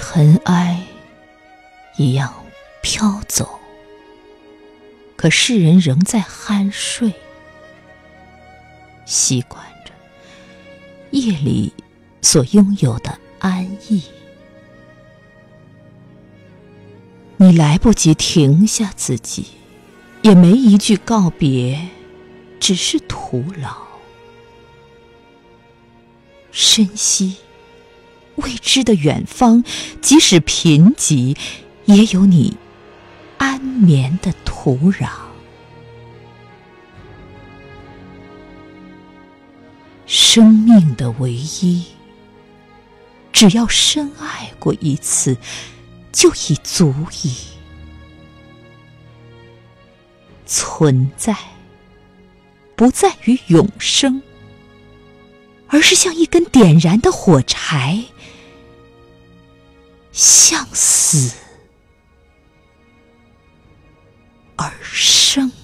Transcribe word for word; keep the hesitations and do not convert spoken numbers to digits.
尘埃一样飘走，可世人仍在酣睡，习惯着夜里所拥有的安逸。你来不及停下自己，也没一句告别，只是徒劳。深悉未知的远方，即使贫瘠，也有你安眠的土壤。生命的唯一，只要深爱过一次，就已足矣。存在不在于永生，而是像一根点燃的火柴，向死而生。